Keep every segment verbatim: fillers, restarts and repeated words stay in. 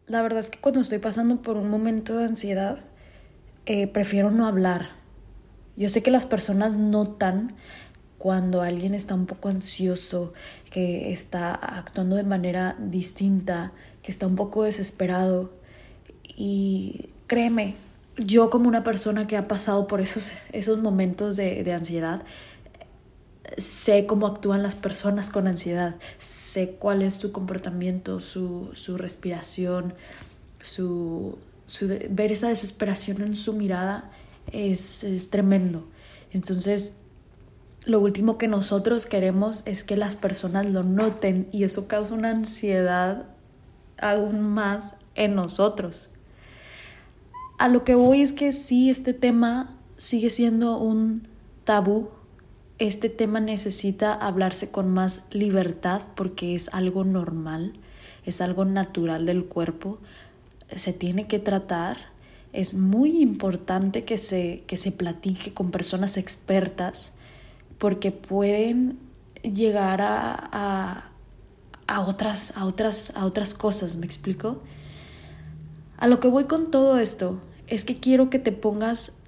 la verdad es que cuando estoy pasando por un momento de ansiedad, eh, prefiero no hablar. Yo sé que las personas notan cuando alguien está un poco ansioso, que está actuando de manera distinta, que está un poco desesperado. Y créeme, yo como una persona que ha pasado por esos, esos momentos de, de ansiedad, sé cómo actúan las personas con ansiedad, sé cuál es su comportamiento, su, su respiración, su, su de, ver esa desesperación en su mirada es, es tremendo. Entonces, lo último que nosotros queremos es que las personas lo noten y eso causa una ansiedad aún más en nosotros. A lo que voy es que sí, este tema sigue siendo un tabú. Este tema necesita hablarse con más libertad porque es algo normal, es algo natural del cuerpo. Se tiene que tratar. Es muy importante que se, que se platique con personas expertas porque pueden llegar a, a, a, otras, a, otras, a otras cosas, ¿me explico? A lo que voy con todo esto es que quiero que te pongas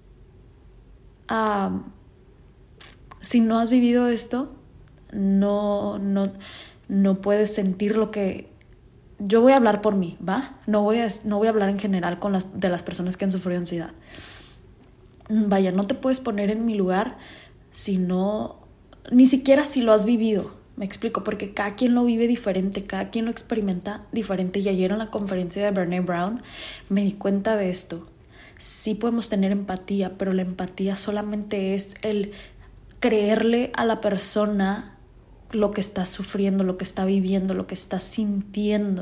a... Si no has vivido esto, no, no, no puedes sentir lo que... Yo voy a hablar por mí, ¿va? No voy a, no voy a hablar en general con las, de las personas que han sufrido ansiedad. Vaya, no te puedes poner en mi lugar si no... Ni siquiera si lo has vivido, me explico, porque cada quien lo vive diferente, cada quien lo experimenta diferente. Y ayer en la conferencia de Brené Brown me di cuenta de esto. Sí podemos tener empatía, pero la empatía solamente es el creerle a la persona lo que está sufriendo, lo que está viviendo, lo que está sintiendo.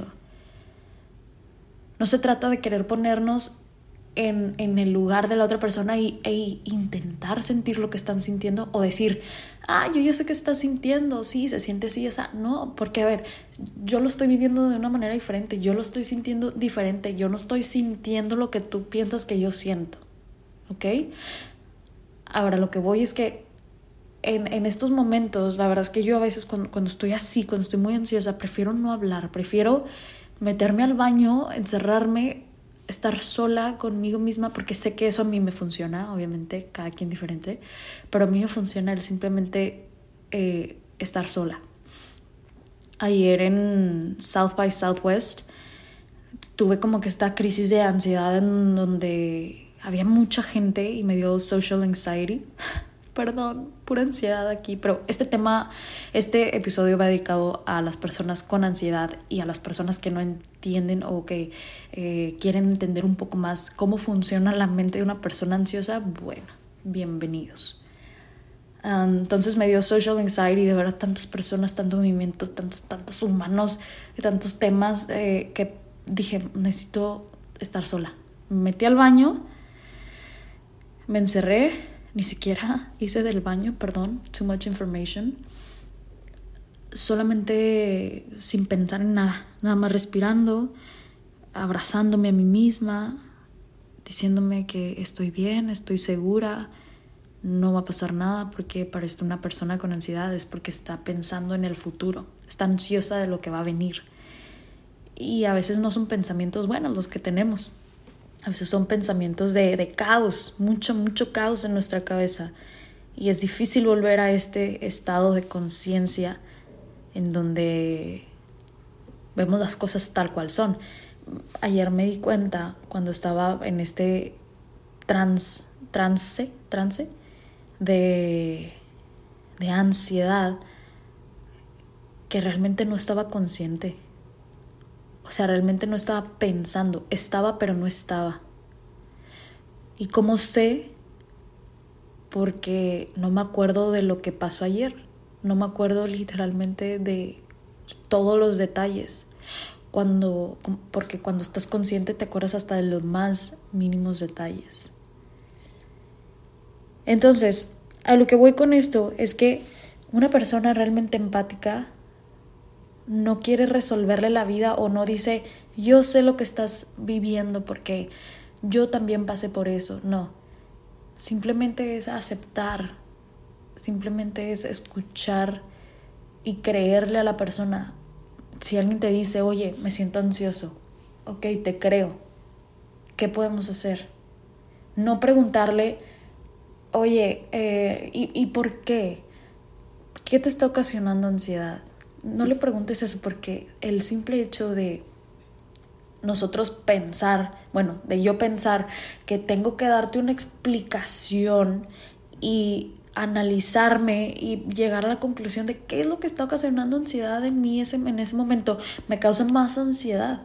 No se trata de querer ponernos en, en el lugar de la otra persona y, e intentar sentir lo que están sintiendo o decir, ah, yo ya sé que estás sintiendo, sí, se siente así, esa. No, porque a ver, yo lo estoy viviendo de una manera diferente, yo lo estoy sintiendo diferente, yo no estoy sintiendo lo que tú piensas que yo siento, ¿ok? Ahora, lo que voy es que En, en estos momentos, la verdad es que yo a veces cuando, cuando estoy así, cuando estoy muy ansiosa, prefiero no hablar, prefiero meterme al baño, encerrarme, estar sola conmigo misma, porque sé que eso a mí me funciona, obviamente, cada quien diferente, pero a mí me funciona el simplemente eh, estar sola. Ayer en South by Southwest tuve como que esta crisis de ansiedad en donde había mucha gente y me dio social anxiety. Perdón, pura ansiedad aquí, pero este tema, este episodio va dedicado a las personas con ansiedad y a las personas que no entienden o que eh, quieren entender un poco más cómo funciona la mente de una persona ansiosa. Bueno, bienvenidos. Um, entonces me dio social anxiety de ver a tantas personas, tantos movimientos, tantos, tantos humanos, tantos temas eh, que dije, necesito estar sola. Me metí al baño, me encerré. Ni siquiera hice del baño, perdón, too much information. Solamente sin pensar en nada, nada más respirando, abrazándome a mí misma, diciéndome que estoy bien, estoy segura, no va a pasar nada, porque para esto una persona con ansiedad es porque está pensando en el futuro, está ansiosa de lo que va a venir. Y a veces no son pensamientos buenos los que tenemos. A veces son pensamientos de, de caos, mucho, mucho caos en nuestra cabeza. Y es difícil volver a este estado de conciencia en donde vemos las cosas tal cual son. Ayer me di cuenta cuando estaba en este trans, trance, trance de, de ansiedad que realmente no estaba consciente. O sea, realmente no estaba pensando, estaba pero no estaba. ¿Y cómo sé? Porque no me acuerdo de lo que pasó ayer. No me acuerdo literalmente de todos los detalles. Cuando, porque cuando estás consciente te acuerdas hasta de los más mínimos detalles. Entonces, a lo que voy con esto es que una persona realmente empática no quiere resolverle la vida o no dice, yo sé lo que estás viviendo porque yo también pasé por eso. No, simplemente es aceptar, simplemente es escuchar y creerle a la persona. Si alguien te dice, oye, me siento ansioso, ok, te creo. ¿Qué podemos hacer? No preguntarle, oye, eh, ¿y, ¿y por qué? ¿Qué te está ocasionando ansiedad? No le preguntes eso, porque el simple hecho de nosotros pensar, bueno, de yo pensar que tengo que darte una explicación y analizarme y llegar a la conclusión de qué es lo que está ocasionando ansiedad en mí ese, en ese momento, me causa más ansiedad.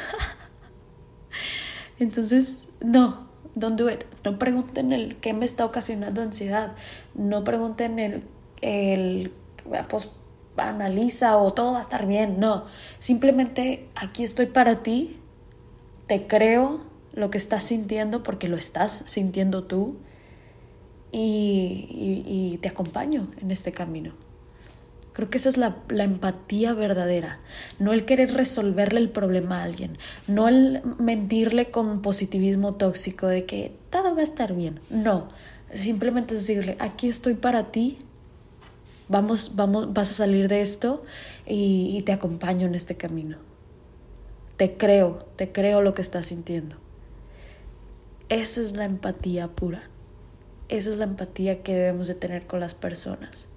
Entonces, no, don't do it. No pregunten el qué me está ocasionando ansiedad. No pregunten el, el pues analiza o todo va a estar bien. No, simplemente aquí estoy para ti. Te creo lo que estás sintiendo porque lo estás sintiendo tú y, y, y te acompaño en este camino. Creo que esa es la, la empatía verdadera, no el querer resolverle el problema a alguien, no el mentirle con positivismo tóxico de que todo va a estar bien. No, simplemente decirle, aquí estoy para ti, vamos, vamos, vas a salir de esto y, y te acompaño en este camino. Te creo, te creo lo que estás sintiendo. Esa es la empatía pura. Esa es la empatía que debemos de tener con las personas.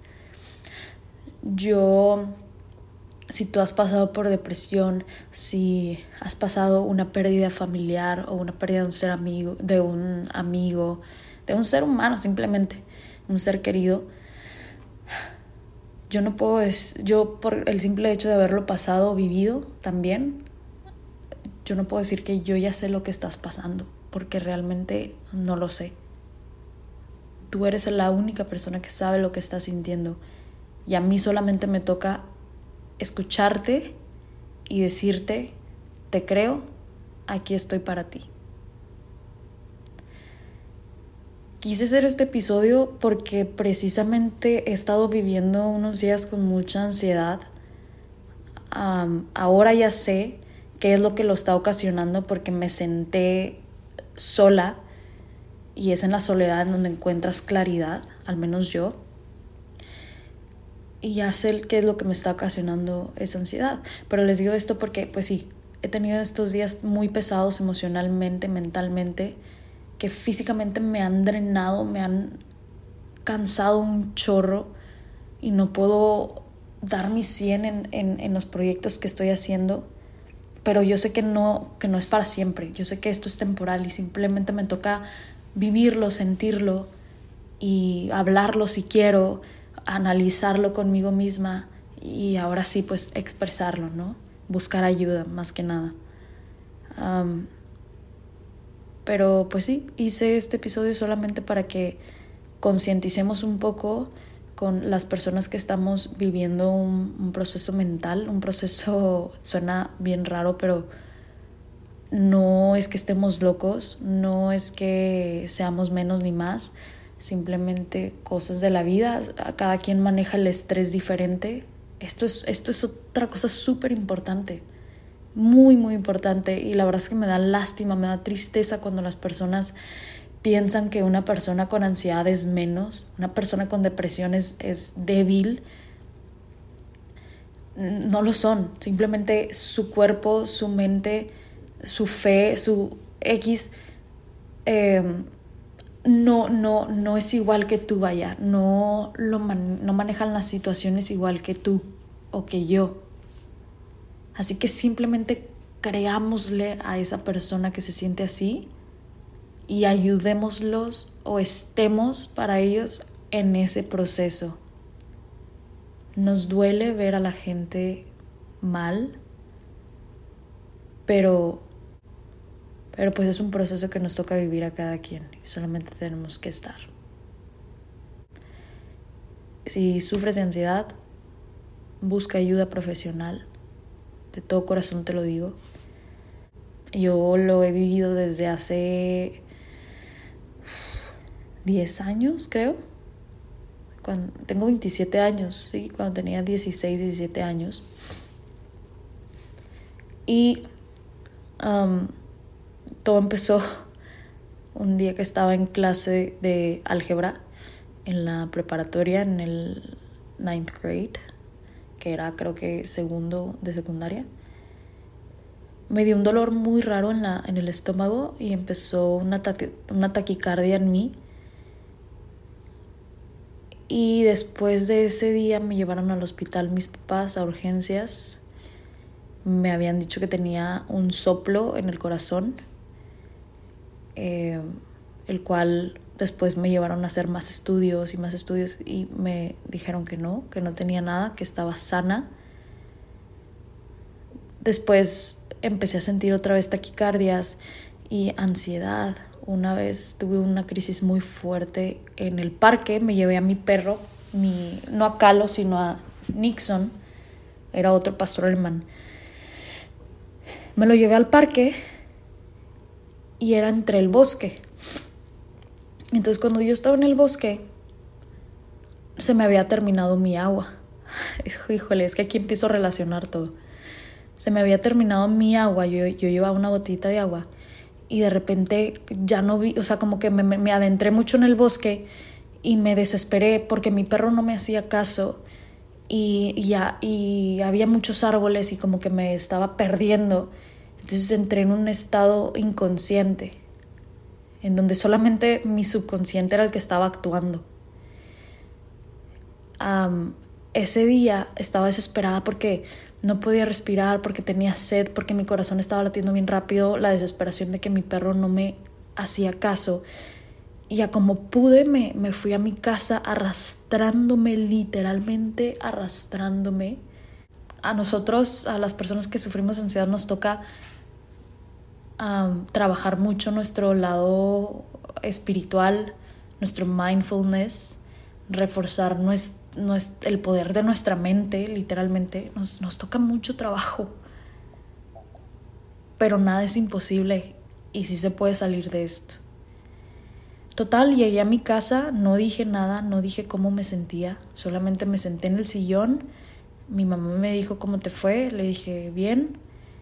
Yo, si tú has pasado por depresión, si has pasado una pérdida familiar o una pérdida de un ser amigo, de un amigo, de un ser humano simplemente, un ser querido, yo no puedo, yo por el simple hecho de haberlo pasado o vivido también, yo no puedo decir que yo ya sé lo que estás pasando, porque realmente no lo sé. Tú eres la única persona que sabe lo que estás sintiendo. Y a mí solamente me toca escucharte y decirte, te creo, aquí estoy para ti. Quise hacer este episodio porque precisamente he estado viviendo unos días con mucha ansiedad. Um, ahora ya sé qué es lo que lo está ocasionando porque me senté sola y es en la soledad en donde encuentras claridad, al menos yo. Y ya sé qué es lo que me está ocasionando esa ansiedad. Pero les digo esto porque, pues sí, he tenido estos días muy pesados emocionalmente, mentalmente, que físicamente me han drenado, me han cansado un chorro y no puedo dar mi cien en, en, en los proyectos que estoy haciendo. Pero yo sé que no, que no es para siempre. Yo sé que esto es temporal y simplemente me toca vivirlo, sentirlo y hablarlo si quiero, analizarlo conmigo misma y ahora sí pues expresarlo, ¿no? Buscar ayuda más que nada. Um, pero pues sí, hice este episodio solamente para que concienticemos un poco con las personas que estamos viviendo un, un proceso mental, un proceso, suena bien raro, pero no es que estemos locos, no es que seamos menos ni más, simplemente cosas de la vida. Cada quien maneja el estrés diferente. Esto es, esto es otra cosa súper importante, muy, muy importante. Y la verdad es que me da lástima, me da tristeza cuando las personas piensan que una persona con ansiedad es menos, una persona con depresión es, es débil. No lo son, simplemente su cuerpo, su mente, su fe, su X... Eh, No, no, no es igual que tú, vaya, no, lo man, no manejan las situaciones igual que tú o que yo. Así que simplemente creámosle a esa persona que se siente así y ayudémoslos o estemos para ellos en ese proceso. Nos duele ver a la gente mal, pero... Pero pues es un proceso que nos toca vivir a cada quien y solamente tenemos que estar. Si sufres de ansiedad, busca ayuda profesional. De todo corazón te lo digo. Yo lo he vivido desde hace diez años, creo. Cuando, tengo veintisiete años, ¿sí? Cuando tenía dieciséis, diecisiete años. Y... Um, todo empezó un día que estaba en clase de álgebra en la preparatoria, en el ninth grade, que era creo que segundo de secundaria. me dio un dolor muy raro en, la, en el estómago y empezó una, taqui, una taquicardia en mí. Y después de ese día me llevaron al hospital mis papás a urgencias. Me habían dicho que tenía un soplo en el corazón, eh, el cual después me llevaron a hacer más estudios y más estudios y me dijeron que no, que no tenía nada, que estaba sana. Después empecé a sentir otra vez taquicardias y ansiedad. Una vez tuve una crisis muy fuerte en el parque. Me llevé a mi perro, mi, no a Calo, sino a Nixon. Era otro pastor alemán. Me lo llevé al parque y era entre el bosque. Entonces cuando yo estaba en el bosque, se me había terminado mi agua. Híjole, es que aquí empiezo a relacionar todo. Se me había terminado mi agua, yo, yo llevaba una botellita de agua y de repente ya no vi, o sea, como que me, me adentré mucho en el bosque y me desesperé porque mi perro no me hacía caso y, y, ya, y había muchos árboles y como que me estaba perdiendo. Entonces entré en un estado inconsciente, en donde solamente mi subconsciente era el que estaba actuando. Um, ese día estaba desesperada porque no podía respirar, porque tenía sed, porque mi corazón estaba latiendo bien rápido, la desesperación de que mi perro no me hacía caso. Y ya como pude me, me fui a mi casa arrastrándome, literalmente arrastrándome. A nosotros, a las personas que sufrimos ansiedad, nos toca um, trabajar mucho nuestro lado espiritual, nuestro mindfulness, reforzar nuestro el poder de nuestra mente, literalmente. Nos, nos toca mucho trabajo, pero nada es imposible y sí se puede salir de esto. Total, llegué a mi casa, no dije nada, no dije cómo me sentía, solamente me senté en el sillón. Mi mamá me dijo cómo te fue, le dije bien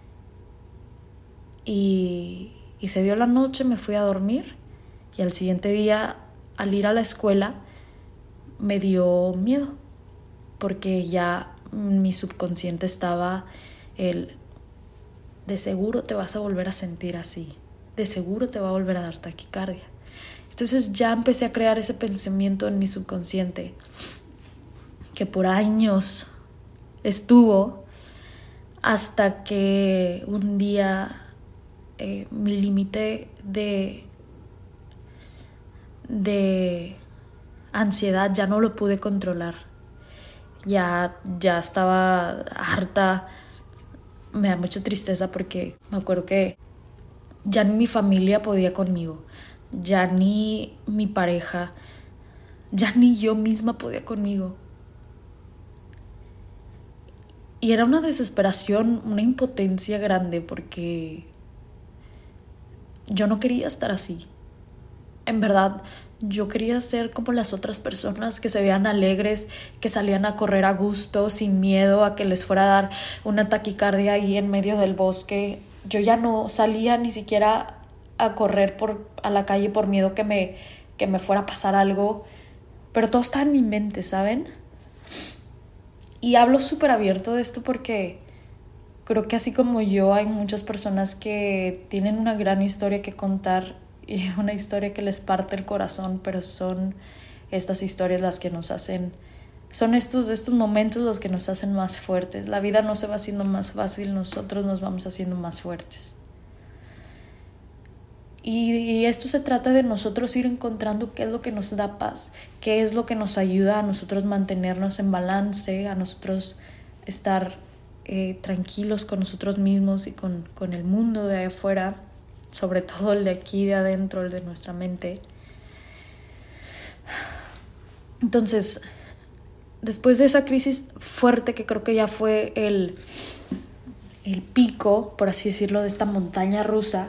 y, y se dio la noche, me fui a dormir y al siguiente día, al ir a la escuela, me dio miedo porque ya mi subconsciente estaba el de seguro te vas a volver a sentir así, de seguro te va a volver a dar taquicardia. Entonces ya empecé a crear ese pensamiento en mi subconsciente que por años estuvo hasta que un día eh, mi límite de de ansiedad ya no lo pude controlar. Ya, ya estaba harta. Me da mucha tristeza porque me acuerdo que ya ni mi familia podía conmigo, ya ni mi pareja, ya ni yo misma podía conmigo. Y era una desesperación, una impotencia grande porque yo no quería estar así. En verdad, yo quería ser como las otras personas que se veían alegres, que salían a correr a gusto, sin miedo a que les fuera a dar una taquicardia ahí en medio del bosque. Yo ya no salía ni siquiera a correr por, a la calle por miedo que me, que me fuera a pasar algo. Pero todo está en mi mente, ¿saben? Y hablo súper abierto de esto porque creo que así como yo hay muchas personas que tienen una gran historia que contar y una historia que les parte el corazón, pero son estas historias las que nos hacen, son estos, estos momentos los que nos hacen más fuertes. La vida no se va haciendo más fácil, nosotros nos vamos haciendo más fuertes. Y, y esto se trata de nosotros ir encontrando qué es lo que nos da paz, qué es lo que nos ayuda a nosotros mantenernos en balance, a nosotros estar eh, tranquilos con nosotros mismos y con, con el mundo de afuera, sobre todo el de aquí, de adentro, el de nuestra mente. Entonces, después de esa crisis fuerte, que creo que ya fue el, el pico, por así decirlo, de esta montaña rusa,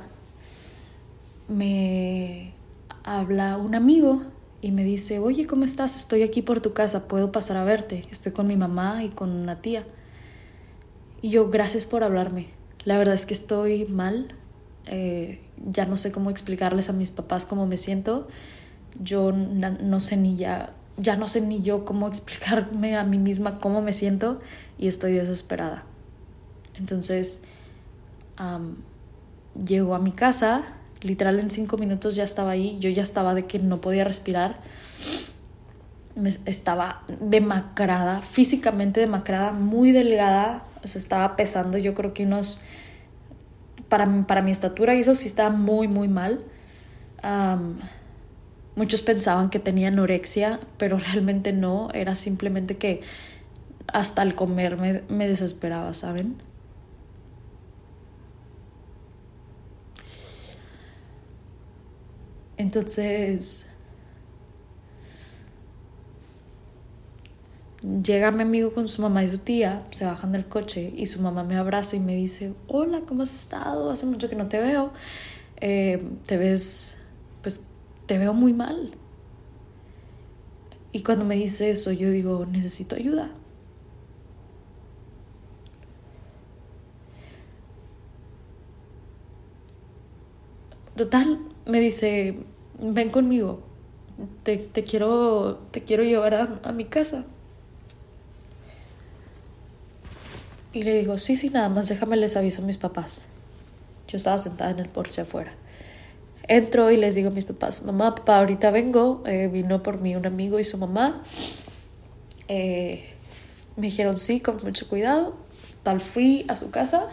me habla un amigo y me dice: oye, ¿cómo estás? Estoy aquí por tu casa, ¿puedo pasar a verte? Estoy con mi mamá y con una tía. Y yo, gracias por hablarme. La verdad es que estoy mal. Eh, ya no sé cómo explicarles a mis papás cómo me siento. Yo na, no sé ni ya, ya no sé ni yo cómo explicarme a mí misma cómo me siento y estoy desesperada. Entonces Um, llegó a mi casa, literal en cinco minutos ya estaba ahí. Yo ya estaba de que no podía respirar. Me, estaba demacrada, físicamente demacrada, muy delgada. O sea, estaba pesando yo creo que unos... Para, para mi estatura, y eso sí estaba muy, muy mal. Um, muchos pensaban que tenía anorexia, pero realmente no. Era simplemente que hasta el comer me, me desesperaba, ¿saben? Entonces llega mi amigo con su mamá y su tía, se bajan del coche y su mamá me abraza y me dice: hola, ¿cómo has estado? Hace mucho que no te veo. Eh, te ves, pues te veo muy mal. Y cuando me dice eso, yo digo: necesito ayuda. Total, me dice: ven conmigo, te, te, quiero, te quiero llevar a, a mi casa. Y le digo: sí, sí, nada más déjame, les aviso a mis papás. Yo estaba sentada en el porche afuera. Entro y les digo a mis papás: mamá, papá, ahorita vengo. Eh, vino por mí un amigo y su mamá. Eh, me dijeron sí, con mucho cuidado. Tal, fui a su casa.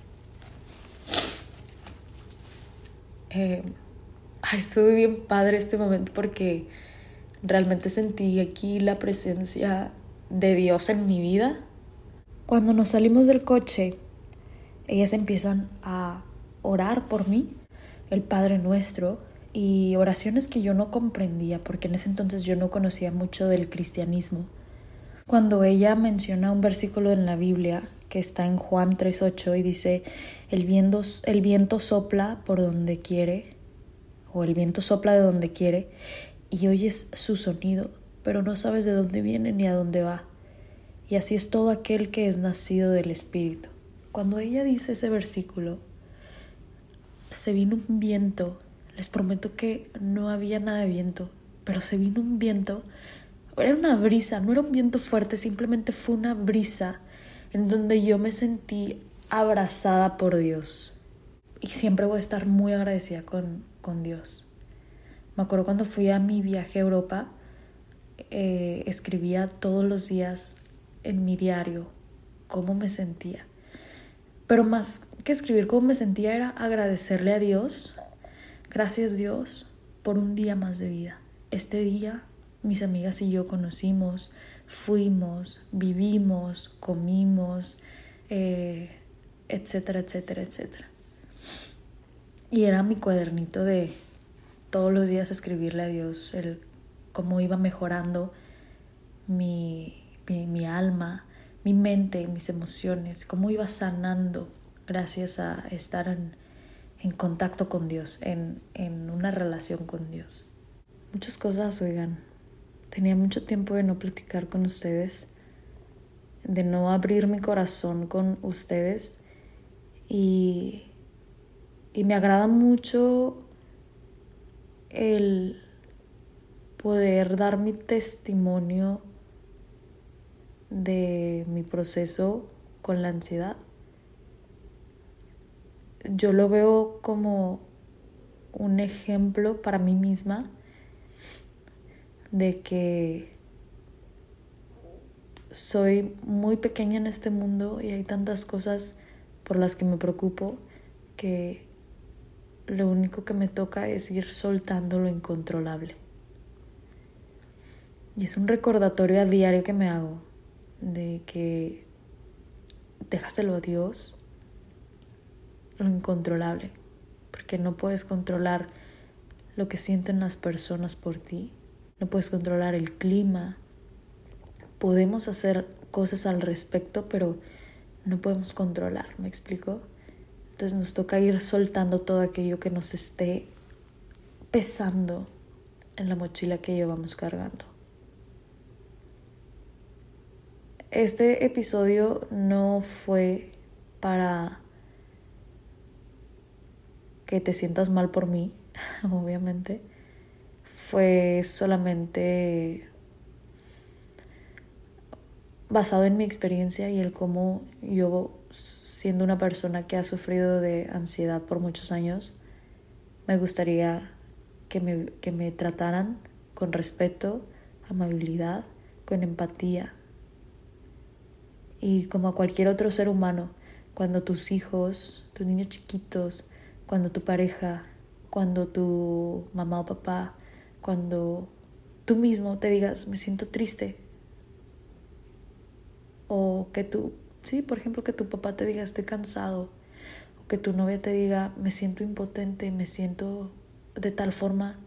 Eh, ay, estuve bien padre este momento porque realmente sentí aquí la presencia de Dios en mi vida. Cuando nos salimos del coche, ellas empiezan a orar por mí, el Padre Nuestro, y oraciones que yo no comprendía porque en ese entonces yo no conocía mucho del cristianismo. Cuando ella menciona un versículo en la Biblia que está en Juan tres ocho y dice: el viento, el viento sopla por donde quiere, o el viento sopla de donde quiere, y oyes su sonido, pero no sabes de dónde viene ni a dónde va. Y así es todo aquel que es nacido del Espíritu. Cuando ella dice ese versículo, se vino un viento. Les prometo que no había nada de viento, pero se vino un viento. Era una brisa, no era un viento fuerte, simplemente fue una brisa en donde yo me sentí abrazada por Dios. Y siempre voy a estar muy agradecida con, con Dios. Me acuerdo cuando fui a mi viaje a Europa, eh, escribía todos los días en mi diario cómo me sentía. Pero más que escribir cómo me sentía era agradecerle a Dios. Gracias, Dios, por un día más de vida. Este día mis amigas y yo conocimos, fuimos, vivimos, comimos, eh, etcétera, etcétera, etcétera. Y era mi cuadernito de todos los días escribirle a Dios el cómo iba mejorando mi, mi, mi alma, mi mente, mis emociones, cómo iba sanando gracias a estar en, en contacto con Dios, en, en una relación con Dios. Muchas cosas, oigan. Tenía mucho tiempo de no platicar con ustedes, de no abrir mi corazón con ustedes, y, y me agrada mucho el poder dar mi testimonio de mi proceso con la ansiedad. Yo lo veo como un ejemplo para mí misma de que soy muy pequeña en este mundo y hay tantas cosas por las que me preocupo que lo único que me toca es ir soltando lo incontrolable. Y es un recordatorio a diario que me hago de que déjaselo a Dios, lo incontrolable, porque no puedes controlar lo que sienten las personas por ti, no puedes controlar el clima. Podemos hacer cosas al respecto, pero no podemos controlar, ¿me explico? Entonces nos toca ir soltando todo aquello que nos esté pesando en la mochila que llevamos cargando. Este episodio no fue para que te sientas mal por mí, obviamente. Fue solamente basado en mi experiencia y el cómo yo siendo una persona que ha sufrido de ansiedad por muchos años, me gustaría que me, que me trataran con respeto, amabilidad, con empatía. Y como a cualquier otro ser humano, cuando tus hijos, tus niños chiquitos, cuando tu pareja, cuando tu mamá o papá, cuando tú mismo te digas, me siento triste. O que tú, sí, por ejemplo, que tu papá te diga, estoy cansado. O que tu novia te diga, me siento impotente, me siento de tal forma.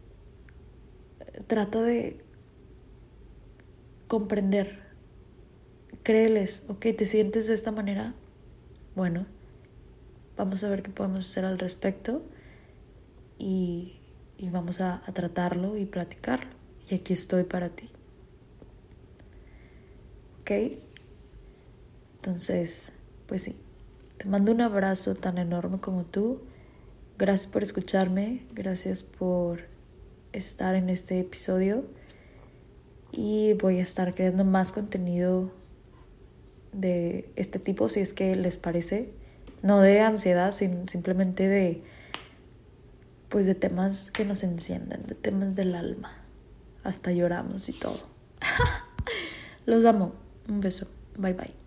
Trata de comprender. Créeles, ok, ¿te sientes de esta manera? Bueno, vamos a ver qué podemos hacer al respecto y, y vamos a, a tratarlo y platicarlo. Y aquí estoy para ti. ¿Ok? Entonces, pues sí, te mando un abrazo tan enorme como tú. Gracias por escucharme, gracias por estar en este episodio y voy a estar creando más contenido de este tipo si es que les parece, no de ansiedad, sino simplemente de pues de temas que nos enciendan, de temas del alma. Hasta lloramos y todo. Los amo. Un beso. Bye bye.